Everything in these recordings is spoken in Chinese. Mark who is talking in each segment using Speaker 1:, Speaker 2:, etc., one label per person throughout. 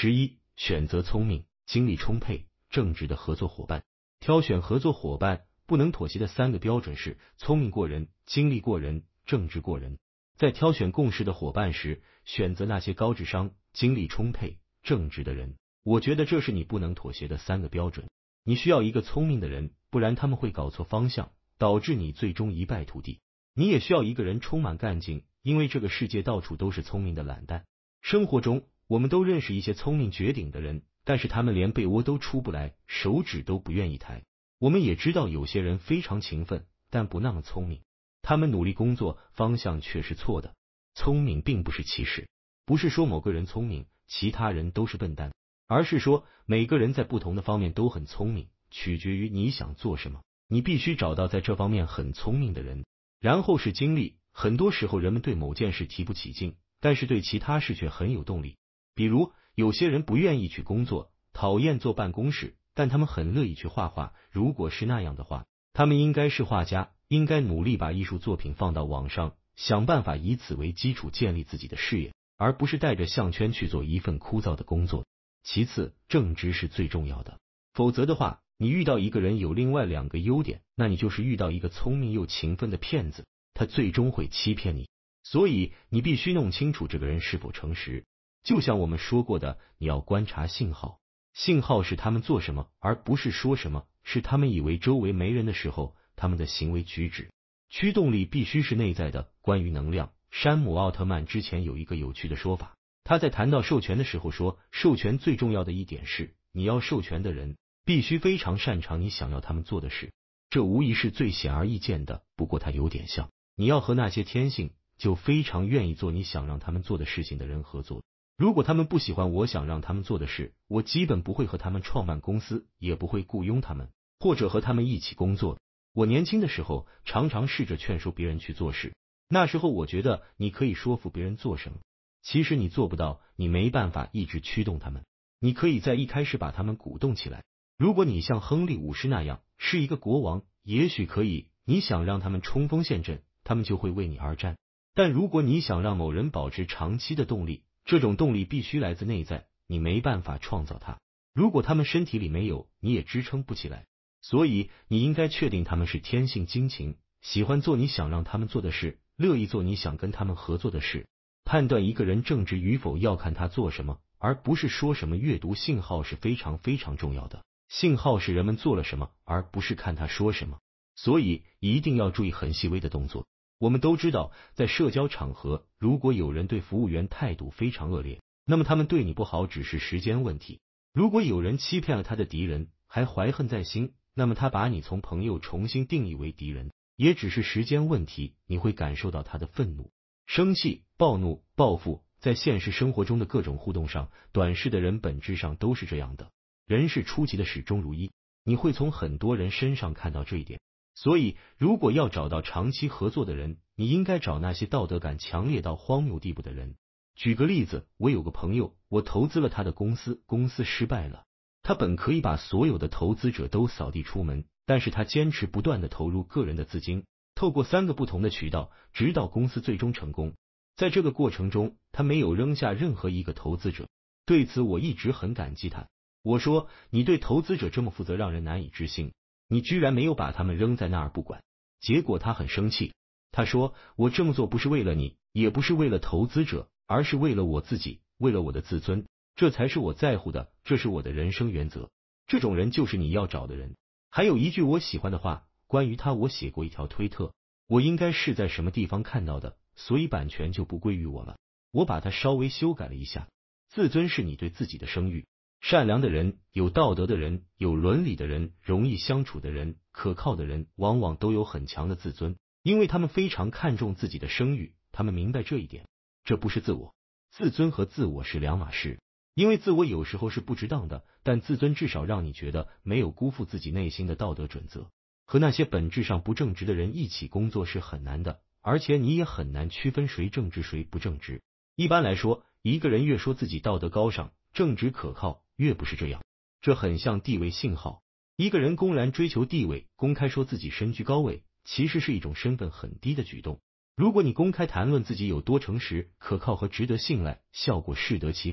Speaker 1: 11、选择聪明、精力充沛、正直的合作伙伴。挑选合作伙伴不能妥协的3个标准是：聪明过人、精力过人、正直过人。在挑选共事的伙伴时，选择那些高智商、精力充沛、正直的人。我觉得这是你不能妥协的3个标准。你需要一个聪明的人，不然他们会搞错方向，导致你最终一败涂地。你也需要一个人充满干劲，因为这个世界到处都是聪明的懒蛋。生活中，我们都认识一些聪明绝顶的人，但是他们连被窝都出不来，手指都不愿意抬。我们也知道有些人非常勤奋，但不那么聪明。他们努力工作，方向却是错的。聪明并不是歧视，不是说某个人聪明，其他人都是笨蛋，而是说每个人在不同的方面都很聪明，取决于你想做什么。你必须找到在这方面很聪明的人。然后是精力，很多时候人们对某件事提不起劲，但是对其他事却很有动力。比如有些人不愿意去工作，讨厌坐办公室，但他们很乐意去画画。如果是那样的话，他们应该是画家，应该努力把艺术作品放到网上，想办法以此为基础建立自己的事业，而不是带着项圈去做一份枯燥的工作。其次，正直是最重要的，否则的话，你遇到一个人有另外2个优点，那你就是遇到一个聪明又勤奋的骗子，他最终会欺骗你。所以你必须弄清楚这个人是否诚实。就像我们说过的，你要观察信号，信号是他们做什么，而不是说什么，是他们以为周围没人的时候，他们的行为举止。驱动力必须是内在的。关于能量，山姆奥特曼之前有一个有趣的说法，他在谈到授权的时候说，授权最重要的一点是，你要授权的人必须非常擅长你想要他们做的事。这无疑是最显而易见的，不过它有点像，你要和那些天性就非常愿意做你想让他们做的事情的人合作。如果他们不喜欢我想让他们做的事，我基本不会和他们创办公司，也不会雇佣他们，或者和他们一起工作。我年轻的时候常常试着劝说别人去做事，那时候我觉得你可以说服别人做什么，其实你做不到，你没办法一直驱动他们。你可以在一开始把他们鼓动起来。如果你像亨利五世那样是一个国王，也许可以，你想让他们冲锋陷阵，他们就会为你而战。但如果你想让某人保持长期的动力，这种动力必须来自内在，你没办法创造它。如果他们身体里没有，你也支撑不起来。所以你应该确定他们是天性精勤，喜欢做你想让他们做的事，乐意做你想跟他们合作的事。判断一个人正直与否要看他做什么，而不是说什么。阅读信号是非常非常重要的，信号是人们做了什么，而不是看他说什么。所以一定要注意很细微的动作。我们都知道，在社交场合，如果有人对服务员态度非常恶劣，那么他们对你不好只是时间问题。如果有人欺骗了他的敌人，还怀恨在心，那么他把你从朋友重新定义为敌人，也只是时间问题。你会感受到他的愤怒、生气、暴怒、报复。在现实生活中的各种互动上，短视的人本质上都是这样的。人是出奇的始终如一，你会从很多人身上看到这一点。所以如果要找到长期合作的人，你应该找那些道德感强烈到荒谬地步的人。举个例子，我有个朋友，我投资了他的公司，公司失败了。他本可以把所有的投资者都扫地出门，但是他坚持不断地投入个人的资金，透过3个不同的渠道，直到公司最终成功。在这个过程中，他没有扔下任何一个投资者。对此我一直很感激他。我说，你对投资者这么负责，让人难以置信，你居然没有把他们扔在那儿不管。结果他很生气，他说，我这么做不是为了你，也不是为了投资者，而是为了我自己，为了我的自尊，这才是我在乎的，这是我的人生原则。这种人就是你要找的人。还有一句我喜欢的话，关于他我写过一条推特，我应该是在什么地方看到的，所以版权就不归于我了。我把它稍微修改了一下。自尊是你对自己的声誉。善良的人、有道德的人、有伦理的人、容易相处的人、可靠的人，往往都有很强的自尊，因为他们非常看重自己的声誉，他们明白这一点。这不是自我，自尊和自我是两码事。因为自我有时候是不值当的，但自尊至少让你觉得没有辜负自己内心的道德准则。和那些本质上不正直的人一起工作是很难的，而且你也很难区分谁正直谁不正直。一般来说，一个人越说自己道德高尚、正直可靠，越不是这样。这很像地位信号。一个人公然追求地位，公开说自己身居高位，其实是一种身份很低的举动。如果你公开谈论自己有多诚实、可靠和值得信赖，效果适得其反。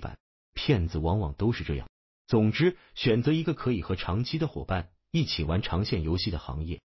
Speaker 1: 骗子往往都是这样。总之，选择一个可以和长期的伙伴一起玩长线游戏的行业，